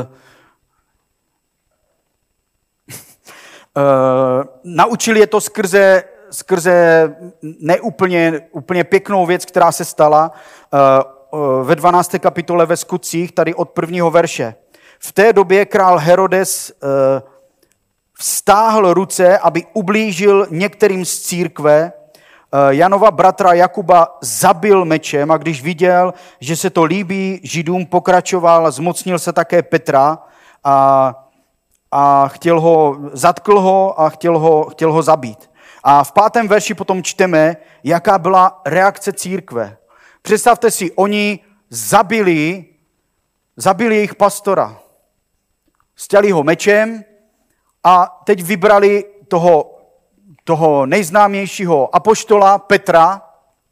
[SPEAKER 2] uh, naučil je to skrze, skrze neúplně úplně pěknou věc, která se stala uh, uh, ve dvanácté kapitole ve Skutcích, tady od prvního verše. V té době král Herodes uh, vztáhl ruce, aby ublížil některým z církve. Janova bratra Jakuba zabil mečem a když viděl, že se to líbí Židům, pokračoval, zmocnil se také Petra a, a chtěl ho, zatkl ho a chtěl ho, chtěl ho zabít. A v pátém verši potom čteme, jaká byla reakce církve. Představte si, oni zabili, zabili jejich pastora. Stěli ho mečem a teď vybrali toho, toho nejznámějšího apoštola Petra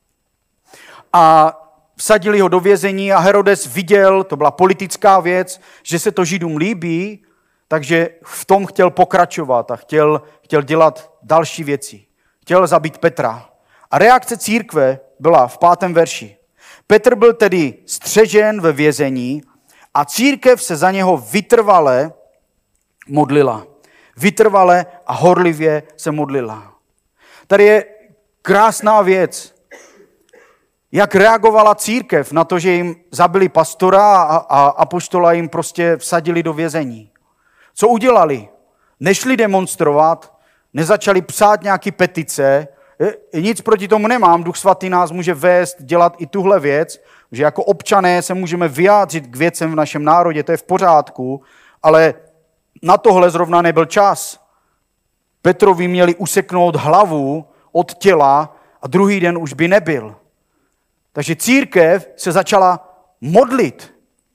[SPEAKER 2] a vsadili ho do vězení a Herodes viděl, to byla politická věc, že se to Židům líbí, takže v tom chtěl pokračovat a chtěl, chtěl dělat další věci. Chtěl zabít Petra. A reakce církve byla v pátém verši. Petr byl tedy střežen ve vězení a církev se za něho vytrvale modlila. Vytrvale a horlivě se modlila. Tady je krásná věc, jak reagovala církev na to, že jim zabili pastora a, a apoštola jim prostě vsadili do vězení. Co udělali? Nešli demonstrovat, nezačali psát nějaký petice, nic proti tomu nemám, Duch svatý nás může vést dělat i tuhle věc, že jako občané se můžeme vyjádřit k věcem v našem národě, to je v pořádku, ale na tohle zrovna nebyl čas. Petrovi měli useknout hlavu od těla a druhý den už by nebyl. Takže církev se začala modlit.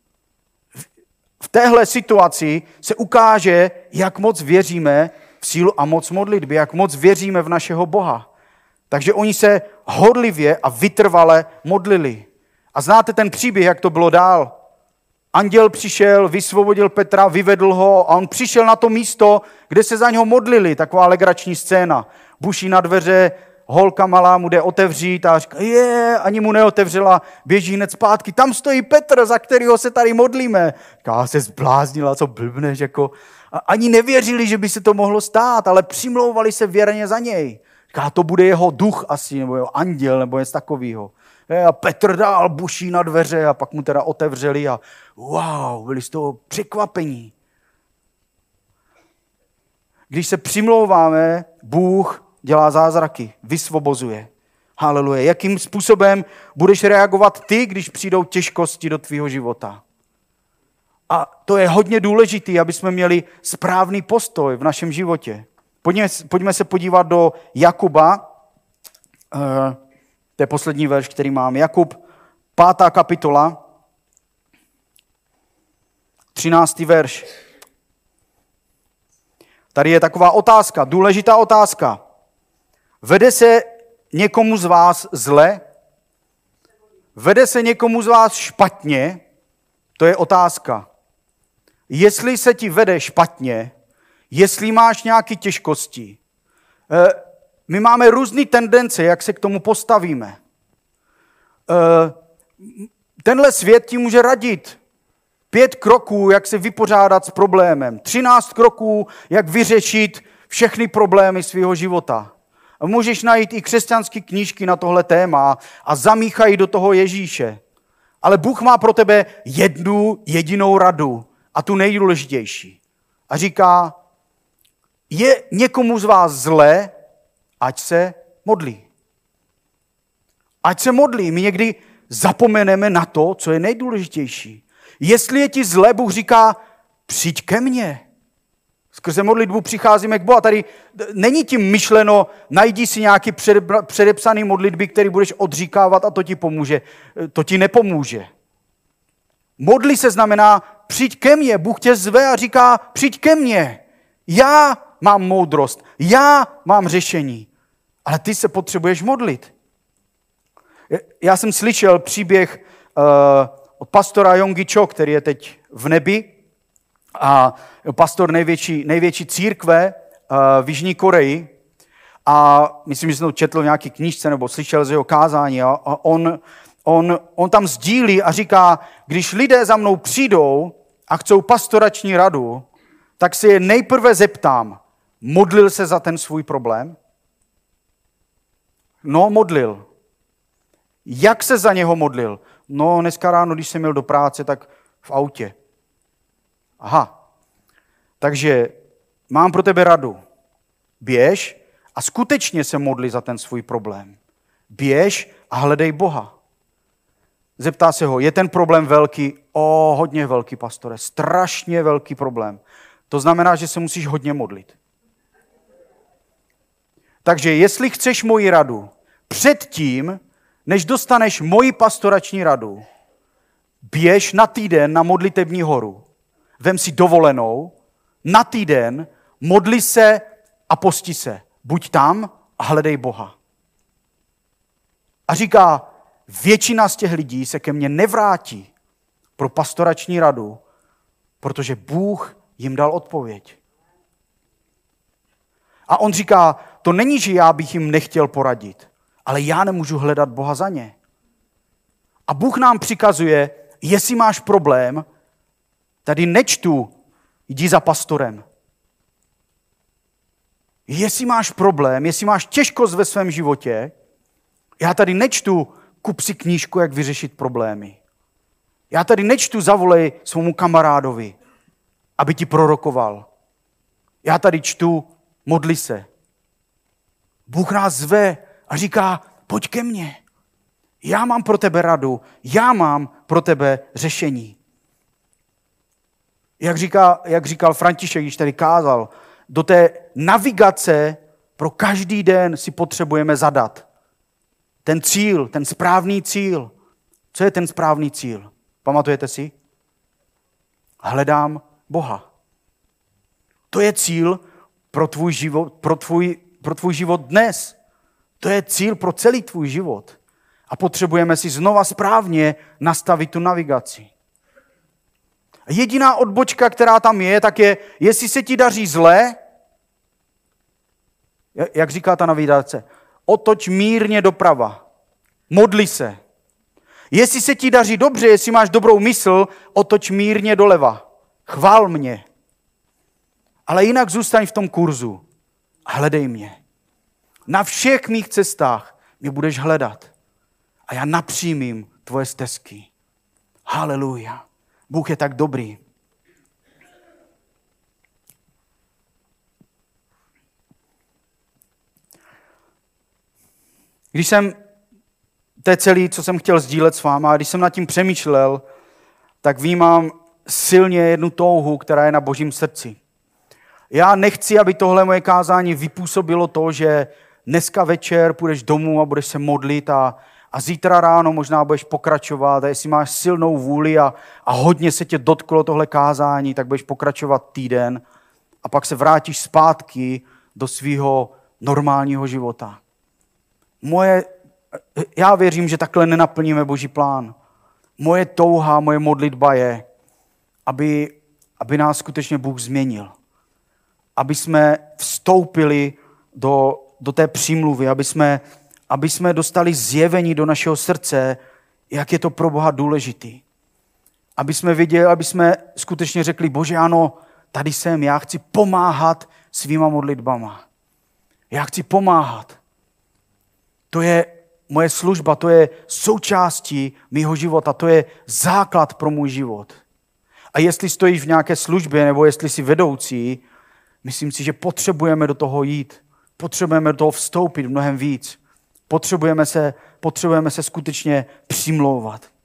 [SPEAKER 2] V téhle situaci se ukáže, jak moc věříme v sílu a moc modlitby, jak moc věříme v našeho Boha. Takže oni se horlivě a vytrvale modlili. A znáte ten příběh, jak to bylo dál. Anděl přišel, vysvobodil Petra, vyvedl ho a on přišel na to místo, kde se za něho modlili. Taková legrační scéna. Buší na dveře, holka malá mu jde otevřít a říká, je, ani mu neotevřela, běží hned zpátky. Tam stojí Petr, za kterého se tady modlíme. Říká, se zbláznila, co blbneš, jako. A ani nevěřili, že by se to mohlo stát, ale přimlouvali se věrně za něj. Říká, to bude jeho duch asi, nebo jeho anděl, nebo něco takového. A Petr dál buší na dveře a pak mu teda otevřeli a wow, byli z toho překvapení. Když se přimlouváme, Bůh dělá zázraky, vysvobozuje. Haleluja. Jakým způsobem budeš reagovat ty, když přijdou těžkosti do tvýho života? A to je hodně důležité, aby jsme měli správný postoj v našem životě. Pojďme, pojďme se podívat do Jakuba, to je poslední verš, který mám. Jakub, pátá kapitola, třináctý verš. Tady je taková otázka, důležitá otázka. Vede se někomu z vás zle? Vede se někomu z vás špatně? To je otázka. Jestli se ti vede špatně, jestli máš nějaké těžkosti, my máme různé tendence, jak se k tomu postavíme. Tenhle svět ti může radit pět kroků, jak se vypořádat s problémem, třináct kroků, jak vyřešit všechny problémy svého života. A můžeš najít i křesťanské knížky na tohle téma a zamíchají do toho Ježíše. Ale Bůh má pro tebe jednu jedinou radu a tu nejdůležitější. A říká, je někomu z vás zlé, ať se modlí. Ať se modlí. My někdy zapomeneme na to, co je nejdůležitější. Jestli je ti zlé, Bůh říká, přijď ke mně. Skrze modlitbu přicházíme k Bohu. Tady není tím myšleno, najdi si nějaký předepsaný modlitby, který budeš odříkávat a to ti pomůže. To ti nepomůže. Modli se znamená, přijď ke mně. Bůh tě zve a říká, přijď ke mně. Já mám moudrost, já mám řešení. Ale ty se potřebuješ modlit. Já jsem slyšel příběh uh, od pastora Yonggi Cho, který je teď v nebi, a pastor největší, největší církve uh, v Jižní Koreji. A myslím, že jsem to četl v nějaké knížce nebo slyšel z jeho kázání. A, a on, on, on tam sdílí a říká, když lidé za mnou přijdou a chcou pastorační radu, tak si je nejprve zeptám, modlil se za ten svůj problém? No, modlil. Jak se za něho modlil? No, dneska ráno, když jsem měl do práce, tak v autě. Aha, takže mám pro tebe radu. Běž a skutečně se modli za ten svůj problém. Běž a hledej Boha. Zeptá se ho, je ten problém velký? O, hodně velký, pastore, strašně velký problém. To znamená, že se musíš hodně modlit. Takže jestli chceš moji radu, předtím, než dostaneš moji pastorační radu, běž na týden na modlitební horu. Vem si dovolenou, na týden, modli se a posti se. Buď tam a hledej Boha. A říká, většina z těch lidí se ke mně nevrátí pro pastorační radu, protože Bůh jim dal odpověď. A on říká, to není, že já bych jim nechtěl poradit, ale já nemůžu hledat Boha za ně. A Bůh nám přikazuje, jestli máš problém, tady nečtu, jdi za pastorem. Jestli máš problém, jestli máš těžkost ve svém životě, já tady nečtu, kup si knížku, jak vyřešit problémy. Já tady nečtu, zavolej svému kamarádovi, aby ti prorokoval. Já tady čtu, modli se. Bůh nás zve a říká, pojď ke mně. Já mám pro tebe radu, já mám pro tebe řešení. Jak, říká, jak říkal František, když tady kázal, do té navigace pro každý den si potřebujeme zadat. Ten cíl, ten správný cíl. Co je ten správný cíl? Pamatujete si? Hledám Boha. To je cíl pro tvůj život, pro tvůj, pro tvůj život dnes. To je cíl pro celý tvůj život. A potřebujeme si znova správně nastavit tu navigaci. Jediná odbočka, která tam je, tak je, jestli se ti daří zle, jak říká ta navigace, otoč mírně doprava, modli se. Jestli se ti daří dobře, jestli máš dobrou mysl, otoč mírně doleva, chvál mě. Ale jinak zůstaň v tom kurzu a hledej mě. Na všech mých cestách mě budeš hledat a já napřímím tvoje stezky. Haleluja. Bůh je tak dobrý. Když jsem, to je celý, co jsem chtěl sdílet s váma, a když jsem nad tím přemýšlel, tak vnímám silně jednu touhu, která je na Božím srdci. Já nechci, aby tohle moje kázání vypůsobilo to, že dneska večer půjdeš domů a budeš se modlit a, a zítra ráno možná budeš pokračovat a jestli máš silnou vůli a, a hodně se tě dotklo tohle kázání, tak budeš pokračovat týden a pak se vrátíš zpátky do svého normálního života. Moje, já věřím, že takhle nenaplníme Boží plán. Moje touha, moje modlitba je, aby, aby nás skutečně Bůh změnil. Aby jsme vstoupili do, do té přímluvy, aby jsme, aby jsme dostali zjevení do našeho srdce, jak je to pro Boha důležitý. Aby jsme viděli, aby jsme skutečně řekli, Bože, ano, tady jsem, já chci pomáhat svýma modlitbama. Já chci pomáhat. To je moje služba, to je součástí mýho života, to je základ pro můj život. A jestli stojíš v nějaké službě, nebo jestli jsi vedoucí, myslím si, že potřebujeme do toho jít. Potřebujeme do toho vstoupit mnohem víc. Potřebujeme se, potřebujeme se skutečně přimlouvat.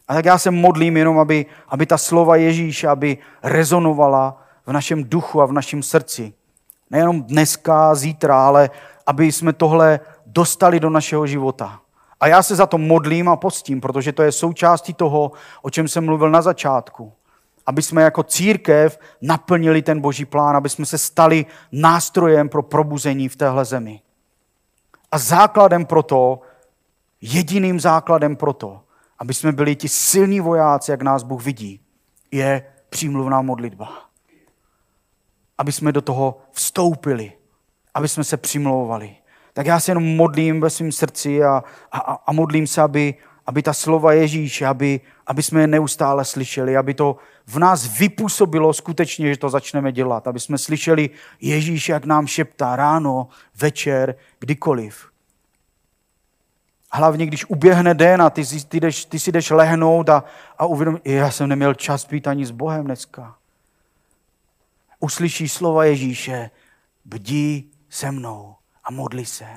[SPEAKER 2] A tak já se modlím jenom, aby, aby ta slova Ježíše, aby rezonovala v našem duchu a v našem srdci. Nejenom dneska, zítra, ale aby jsme tohle dostali do našeho života. A já se za to modlím a postím, protože to je součástí toho, o čem jsem mluvil na začátku. Aby jsme jako církev naplnili ten Boží plán, aby jsme se stali nástrojem pro probuzení v téhle zemi. A základem pro to, jediným základem pro to, aby jsme byli ti silní vojáci, jak nás Bůh vidí, je přímluvná modlitba. Aby jsme do toho vstoupili, aby jsme se přimlouvali. Tak já se jenom modlím ve svém srdci a, a, a modlím se, aby, aby ta slova Ježíše, aby, aby jsme je neustále slyšeli, aby to v nás vypůsobilo skutečně, že to začneme dělat, aby jsme slyšeli Ježíš, jak nám šeptá ráno, večer, kdykoliv. Hlavně, když uběhne den a ty si, ty jdeš, ty si jdeš lehnout a, a uvědomíš, já jsem neměl čas být ani s Bohem dneska. Uslyšíš slova Ježíše, bdí se mnou a modli se.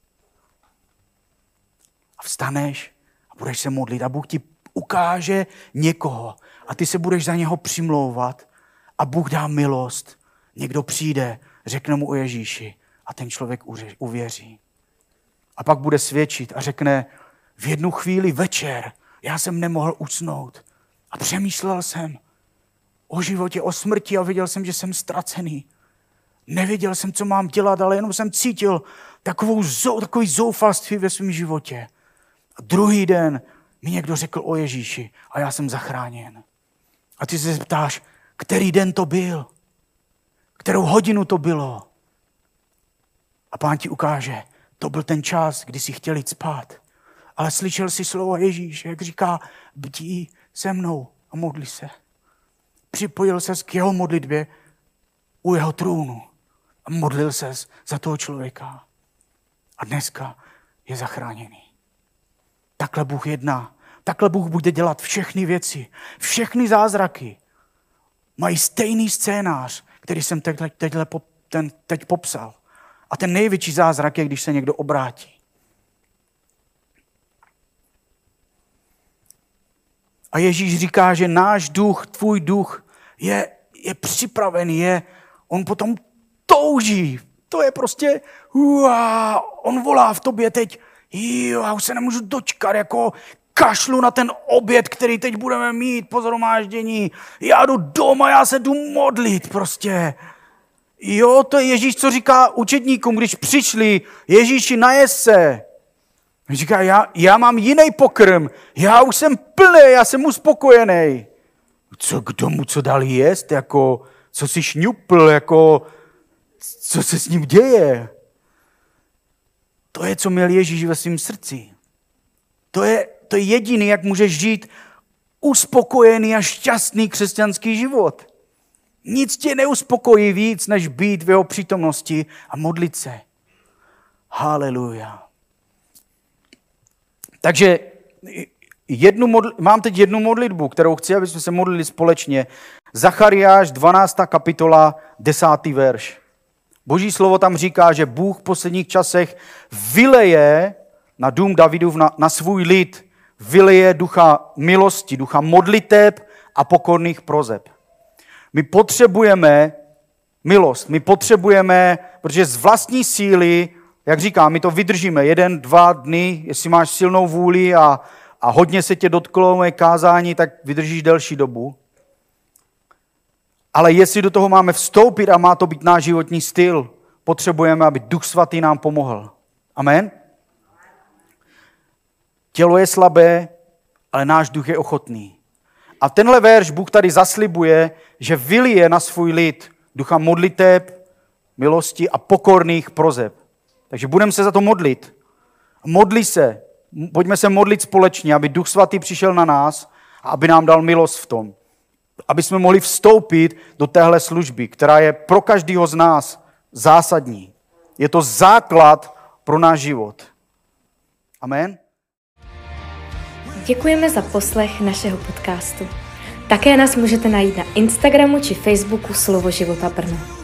[SPEAKER 2] A vstaneš a budeš se modlit a Bůh ti ukáže někoho a ty se budeš za něho přimlouvat a Bůh dá milost. Někdo přijde, řekne mu o Ježíši a ten člověk uvěří. A pak bude svědčit a řekne, v jednu chvíli večer já jsem nemohl usnout a přemýšlel jsem o životě, o smrti a viděl jsem, že jsem ztracený. Nevěděl jsem, co mám dělat, ale jenom jsem cítil takovou, takový zoufalství ve svém životě. A druhý den mi někdo řekl o Ježíši a já jsem zachráněn. A ty se ptáš, který den to byl? Kterou hodinu to bylo? A Pán ti ukáže, to byl ten čas, kdy si chtěl jít spát. Ale slyšel si slovo Ježíše, jak říká, bdí se mnou a modli se. Připojil ses k jeho modlitbě u jeho trůnu a modlil ses za toho člověka. A dneska je zachráněný. Takhle Bůh jedná. Takhle Bůh bude dělat všechny věci, všechny zázraky. Mají stejný scénář, který jsem teď, teď, ten, teď popsal. A ten největší zázrak je, když se někdo obrátí. A Ježíš říká, že náš duch, tvůj duch je, je připravený, je, on potom touží. To je prostě, uá, on volá v tobě teď, jo, já už se nemůžu dočkat, jako kašlu na ten oběd, který teď budeme mít po shromáždění. Já jdu doma, já se jdu modlit prostě. Jo, to je Ježíš, co říká učedníkům, když přišli, Ježíši, najez se. Říká, já, já mám jiný pokrm, já už jsem plný, já jsem uspokojený. Co kdo mu co dal jíst, jako, co si šňupl, jako, co se s ním děje? To je, co měl Ježíš ve svém srdci. To je, to je jediný, jak můžeš žít uspokojený a šťastný křesťanský život. Nic tě neuspokojí víc, než být v jeho přítomnosti a modlit se. Haleluja. Takže jednu modl- mám teď jednu modlitbu, kterou chci, aby jsme se modlili společně. Zachariáš dvanáctá kapitola, desátý verš. Boží slovo tam říká, že Bůh v posledních časech vyleje na dům Davidův, na, na svůj lid, vyleje ducha milosti, ducha modliteb a pokorných prozeb. My potřebujeme milost, my potřebujeme, protože z vlastní síly, jak říkám, my to vydržíme jeden, dva dny, jestli máš silnou vůli a, a hodně se tě dotklo moje kázání, tak vydržíš delší dobu. Ale jestli do toho máme vstoupit a má to být náš životní styl, potřebujeme, aby Duch Svatý nám pomohl. Amen? Tělo je slabé, ale náš duch je ochotný. A tenhle verš Bůh tady zaslibuje, že vylije na svůj lid ducha modliteb, milosti a pokorných prozeb. Takže budeme se za to modlit. Modli se, pojďme se modlit společně, aby Duch Svatý přišel na nás a aby nám dal milost v tom. Aby jsme mohli vstoupit do téhle služby, která je pro každého z nás zásadní. Je to základ pro náš život. Amen.
[SPEAKER 1] Děkujeme za poslech našeho podcastu. Také nás můžete najít na Instagramu či Facebooku Slovo života Brno.